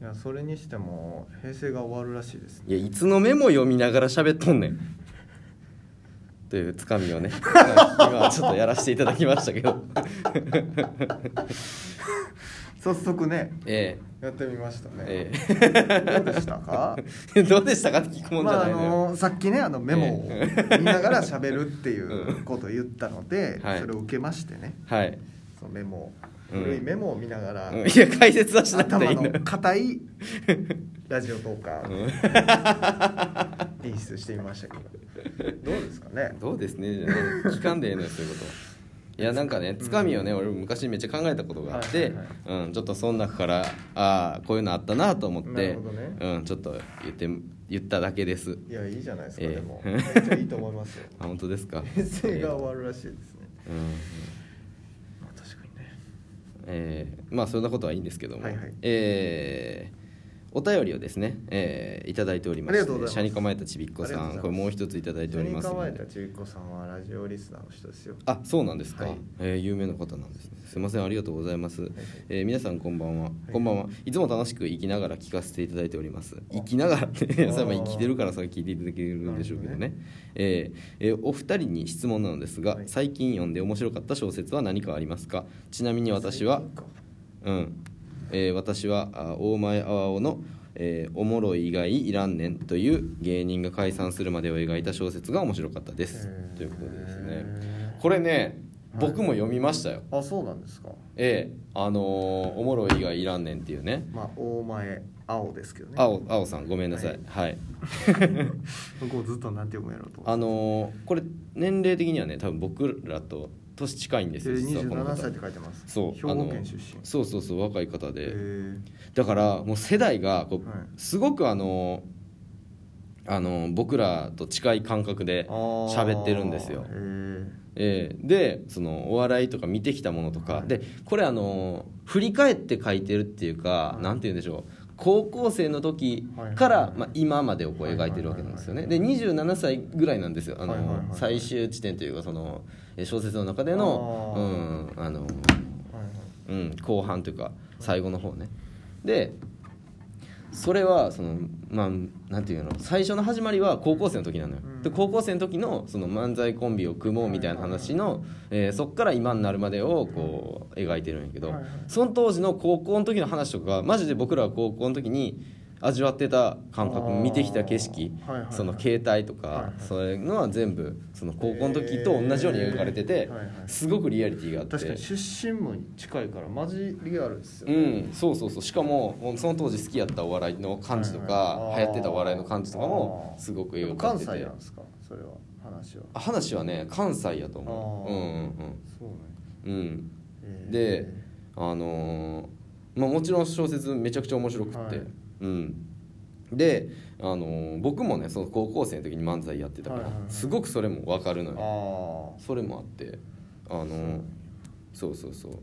いやそれにしても平成が終わるらしいですね。 いやいつのメモ読みながら喋っとんねんというつかみをね今はちょっとやらせていただきましたけど早速ね、 やってみましたね、 どうでしたかどうでしたかって聞くもんじゃないのよ、 さっきねメモを見ながら喋るっていうことを言ったので、それを受けましてね、そのメモ、古いメモを見ながら、 いや解説はしなくていい頭の硬いラジオトーカー演出してみましたけどどうですかね。 どうですねじゃない聞かんでええのよそういうこと。いやなんかねつかみをね、俺昔めっちゃ考えたことがあって、ちょっとその中からこういうのあったなと思って、ちょっと言っただけです。 いやいいじゃないですか、でもめっちゃいいと思いますよ本当ですか。 平成が終わるらしいですね、確かにね、 まあそんなことはいいんですけども、お便りをですね、いただいておりまして、シャニ構えたちびっこさん、これもう一ついただいておりますので。 シャニ構えたちびっこさんはラジオリスナーの人ですよ。 あ、そうなんですか、有名な方なんですね。すいません、ありがとうございます、皆さんこんばんは、こんばんは。いつも楽しく生きながら聞かせていただいております。生きながらって生きてるからそれ聞いていただけるんでしょうけどね。お二人に質問なのですが、最近読んで面白かった小説は何かありますか。ちなみに私は私は大前阿波のおもろい以外いらんねんという芸人が解散するまでを描いた小説が面白かったですということでですね。これね、僕も読みましたよ。 あ、そうなんですか。 おもろい以外いらんねんっていうね。 まあ大前青ですけどね。 青さんごめんなさい。 僕もずっとなんて読むやろうと。 これ年齢的にはね多分僕らと年近いんですよ。 27歳って書いてます。そう、兵庫県出身。 そう若い方で、だからもう世代がこう、すごく僕らと近い感覚で喋ってるんですよ。でそのお笑いとか見てきたものとか、でこれ振り返って書いてるっていうか、なんて言うんでしょう、高校生の時から、今までをこう描いてるわけなんですよね。で27歳ぐらいなんですよ、最終地点というかその小説の中での後半というか最後の方ね。でそれはそのなんていうの、最初の始まりは高校生の時なのよ。で高校生の時のその漫才コンビを組もうみたいな話の、そっから今になるまでをこう描いてるんやけど、その当時の高校の時の話とかマジで僕らは高校の時に味わってた感覚、見てきた景色、その携帯とか、そういうのは全部その高校の時と同じように描かれてて、すごくリアリティがあって、 確かに出身も近いからマジリアルですよね。そうしかもその当時好きやったお笑いの感じとか、流行ってたお笑いの感じとかもすごく描かれてて。 関西なんですかそれは。 話はね関西やと思う。そうね。でもちろん小説めちゃくちゃ面白くって、で僕もねその高校生の時に漫才やってたから、すごくそれも分かるのよ。それもあってそう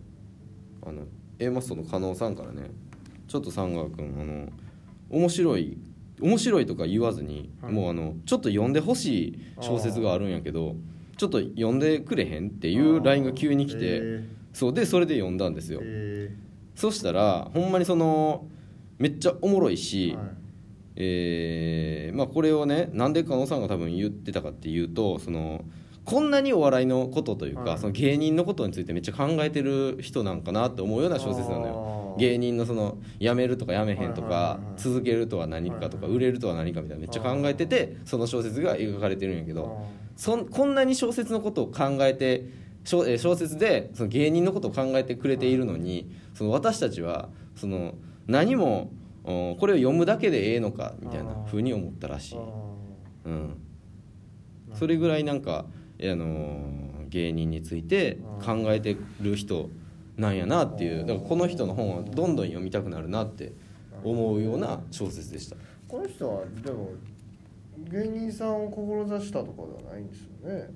Aマストの加納さんからね、ちょっと三川君面白いとか言わずに、もうちょっと読んでほしい小説があるんやけどちょっと読んでくれへんっていう LINE が急に来て、それで読んだんですよ。そしたらほんまにめっちゃおもろいし、これをねなんで加納さんが多分言ってたかっていうと、こんなにお笑いのことというか、その芸人のことについてめっちゃ考えてる人なんかなって思うような小説なのよ。芸人の辞めるとか辞めへんとか、続けるとは何かとか、売れるとは何かみたいなめっちゃ考えてて、その小説が描かれてるんやけど、こんなに小説のことを考えて小説でその芸人のことを考えてくれているのに、私たちは何もこれを読むだけでええのかみたいな風に思ったらしい。それぐらいなんか芸人について考えてる人なんやなっていう、だからこの人の本はどんどん読みたくなるなって思うような小説でした。 この人はでも芸人さんを志したとかではないんですよね。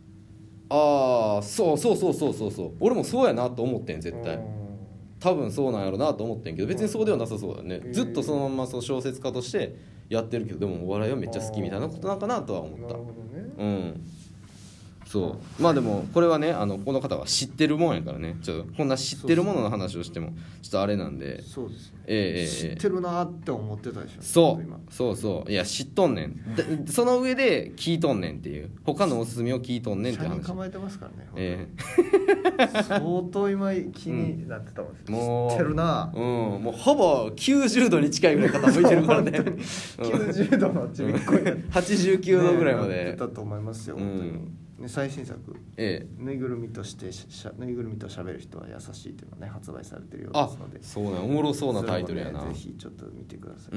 そう俺もそうやなと思ってん、絶対多分そうなんやろなと思ってんけど、別にそうではなさそうだね。ずっとそのまま小説家としてやってるけど、でもお笑いはめっちゃ好きみたいなことなんかなとは思った。なるほどね。 そうまあでもこれはねこの方は知ってるもんやからねちょっとこんな知ってるものの話をしてもちょっとあれなんでそうですね、知ってるなって思ってたでしょ。 そういや知っとんねんその上で聞いとんねんっていう他のおすすめを聞いとんねんって話。 構えてますからね、相当今気になってたもんです、 もう知ってるな、 もうほぼ90度に近いぐらい傾いてるからね 90度のちびっこに 89度ぐらいまで、 なってたと思いますよ、本当にね、最新作、ぬいぐるみと喋る人は優しいというのがね発売されてるようですので、 そうね、おもろそうなタイトルやな、 ぜひちょっと見てください。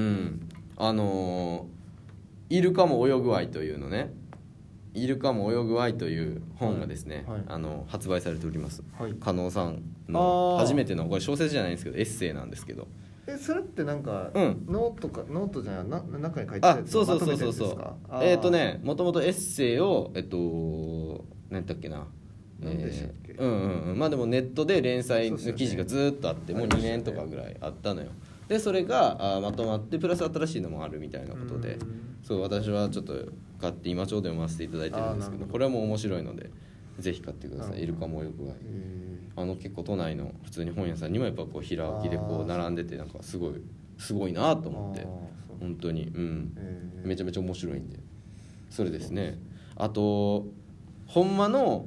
イルカも泳ぐ愛というのね、イルカも泳ぐ愛という本がですね、発売されております、加納さんの初めてのこれ小説じゃないんですけどエッセイなんですけど、 それってなんか、ノートじゃない中に書いてたやつそうもともとエッセイを何だっけな、まあでもネットで連載の記事がずっとあってもう2年とかぐらいあったのよ。でそれがまとまってプラス新しいのもあるみたいなことで、そう私はちょっと買って今ちょうど読ませていただいてるんですけど、これはもう面白いのでぜひ買ってください。イルカも泳ぐ愛、結構都内の普通に本屋さんにもやっぱこう平置きでこう並んでてなんかすごいなと思って、本当にめちゃめちゃ面白いんで、それですね。あとほんまの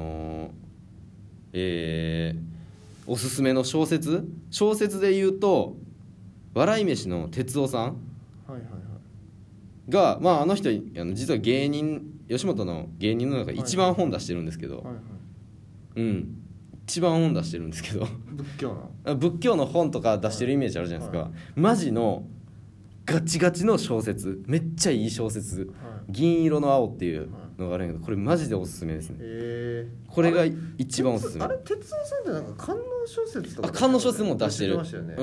おすすめの小説で言うと笑い飯の哲夫さんが、あの人実は芸人吉本の芸人の中で一番本出してるんですけど、一番本出してるんですけど仏教の本とか出してるイメージあるじゃないですか、マジのガチガチの小説、めっちゃいい小説、銀色の青っていうのがあるんやけど、これマジでおすすめですね。これが一番おすすめ。 あれ哲夫さんってなんか官能小説とか官能小説も出してる。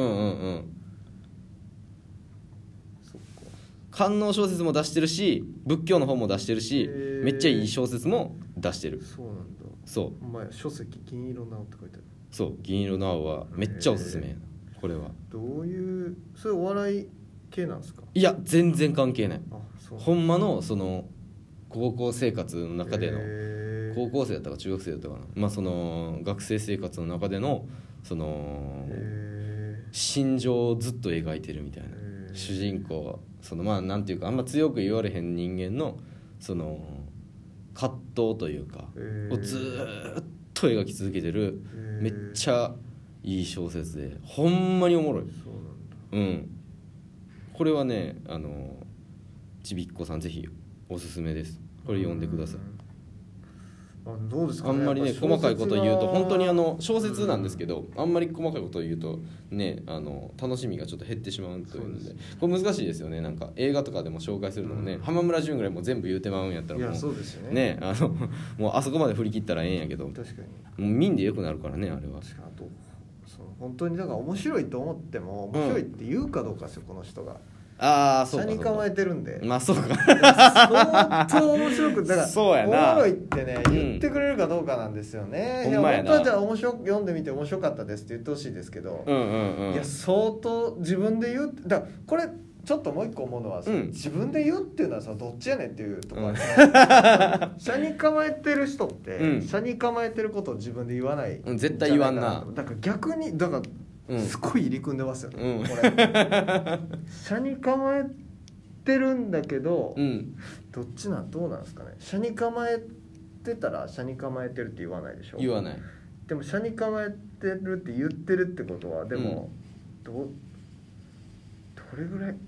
官能小説も出してるし仏教の本も出してるし、めっちゃいい小説も出してる。 そうなんだ。 そうお前書籍銀色の青って書いてある。 そう銀色の青はめっちゃおすすめ。これはどういうそれお笑い系なんですか？ いや全然関係ない。ほんまのその高校生活の中での、高校生だったか中学生だったかな、その学生生活の中でのその心情をずっと描いてるみたいな、主人公そのなんていうかあんま強く言われへん人間のその葛藤というかをずっと描き続けてる、めっちゃいい小説でほんまにおもろい。そうなんだ。これはねちびっこさんぜひおすすめです。これ読んでください。 どうですかね、 あんまりね細かいこと言うと本当に小説なんですけど、あんまり細かいことを言うとね楽しみがちょっと減ってしまうというので、これ難しいですよね。なんか映画とかでも紹介するのもね、浜村淳ぐらいもう全部言うてまうんやったらもう、 そうですよね。 もうあそこまで振り切ったらええんやけど、 確かにもう見んでよくなるからねあれは。 確かに。あと本当にだから面白いと思っても面白いって言うかどうかですよ、この人が。 そうか。 車に構えてるんで。 そうか。 相当面白くだからそうやな。 おもろいってね言ってくれるかどうかなんですよね。 ほんまやな。 本当はじゃあ読んでみて面白かったですって言ってほしいですけど、いや相当自分で言うだからこれちょっともう一個思うのは、自分で言うっていうのはどっちやねんっていうところ、車に構えてる人って、車に構えてることを自分で言わない、 絶対言わんな。 だから逆にすごい入り組んでますよね、これ。車に構えてるんだけど、どうなんですかね。車に構えてたら車に構えてるって言わないでしょ。言わない。 でも車に構えてるって言ってるってことはでも、どれぐらいめっ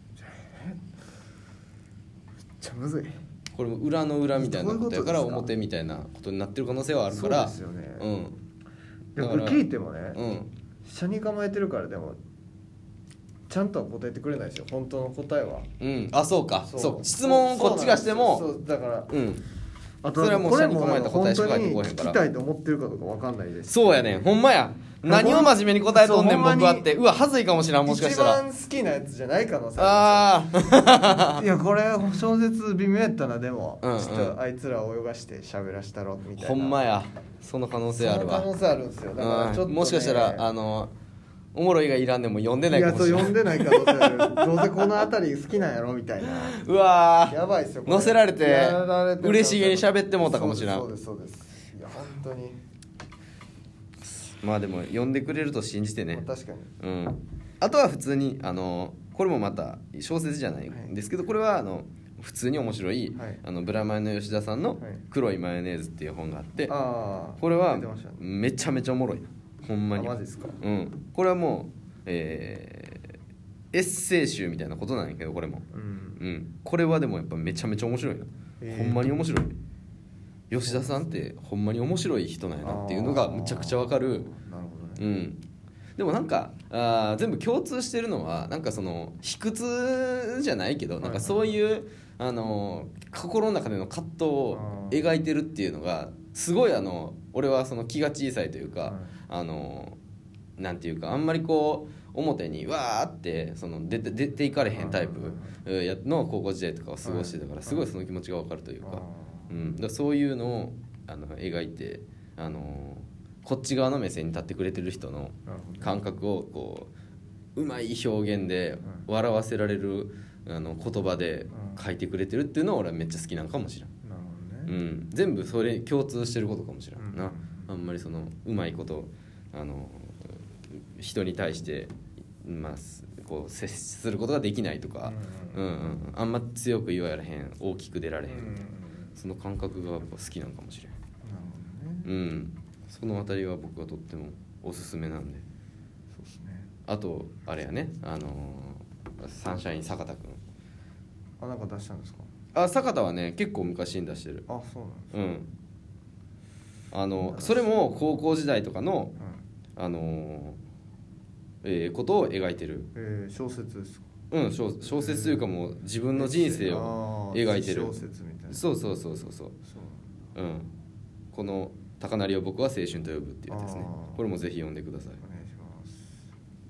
ちゃむずい。 これも裏の裏みたいなことやから表みたいなことになってる可能性はあるから。 そうですよね。でもこれ聞いてもね、車に構えてるからでもちゃんとは答えてくれないですよ、本当の答えは。そうか。そう質問をこっちがしても、 そうだからあとそれはもう車に構えた答えしか返ってこへんから。 聞きたいと思ってるかどうか分かんないです。 そうやねん、ほんまや。何を真面目に答えとんねん僕はって。うわ恥ずいかもしれん、もしかしたら一番好きなやつじゃない可能性ある。いやこれ小説微妙やったな。でもちょっとあいつらを泳がして喋らしたろみたいな。 ほんまや、その可能性あるわ。 その可能性あるんですよ。だからちょっと、 もしかしたらおもろいがいらんでも読んでないかもしれない。 いやそう読んでない可能性ある。どうせこの辺り好きなんやろみたいな。 うわーやばいっすよこれ。 載せられてやられてる嬉しげに喋ってもうたかもしれん。 そうですそうです。いや本当に。 まあでも読んでくれると信じてね。 まあ確かに。 うん。あとは普通にこれもまた小説じゃないんですけど、これは普通に面白い、ブラマヨの吉田さんの「黒いマヨネーズ」っていう本があって、これはめちゃめちゃおもろい、ほんまに。 マジですか。 うん、これはもう、エッセイ集みたいなことなんやけど、これも、これはでもやっぱめちゃめちゃ面白いな、ほんまに面白い。吉田さんってほんまに面白い人なんやなっていうのがむちゃくちゃわかる。 なるほどね。 でもなんか全部共通してるのはなんかその卑屈じゃないけど、なんかそういう心の中での葛藤を描いてるっていうのがすごい俺はその気が小さいというか、なんていうかあんまりこう表にわーってその出ていかれへんタイプの高校時代とかを過ごしてたから、すごいその気持ちが分かるというか、だからそういうのを描いてこっち側の目線に立ってくれてる人の感覚をこううまい表現で笑わせられる言葉で書いてくれてるっていうのは俺はめっちゃ好きなんかもしれん。 なるほどね。 全部それ共通してることかもしれんな。あんまりそのうまいこと人に対してまあこう接することができないとか、あんま強く言われへん、大きく出られへん、その感覚がやっぱ好きなんかもしれん。 なるほどね。 そのあたりは僕はとってもおすすめなんで。 そうですね。 あとあれやね、サンシャイン坂田くん。 なんか出したんですか。 坂田はね結構昔に出してる。 そうなんですか。 それも高校時代とかの、ことを描いてる。 小説ですか。 小説というかもう自分の人生を描いてる小説みたいな。 そうこの高鳴りを僕は青春と呼ぶっていうやつですね。これもぜひ読んでください。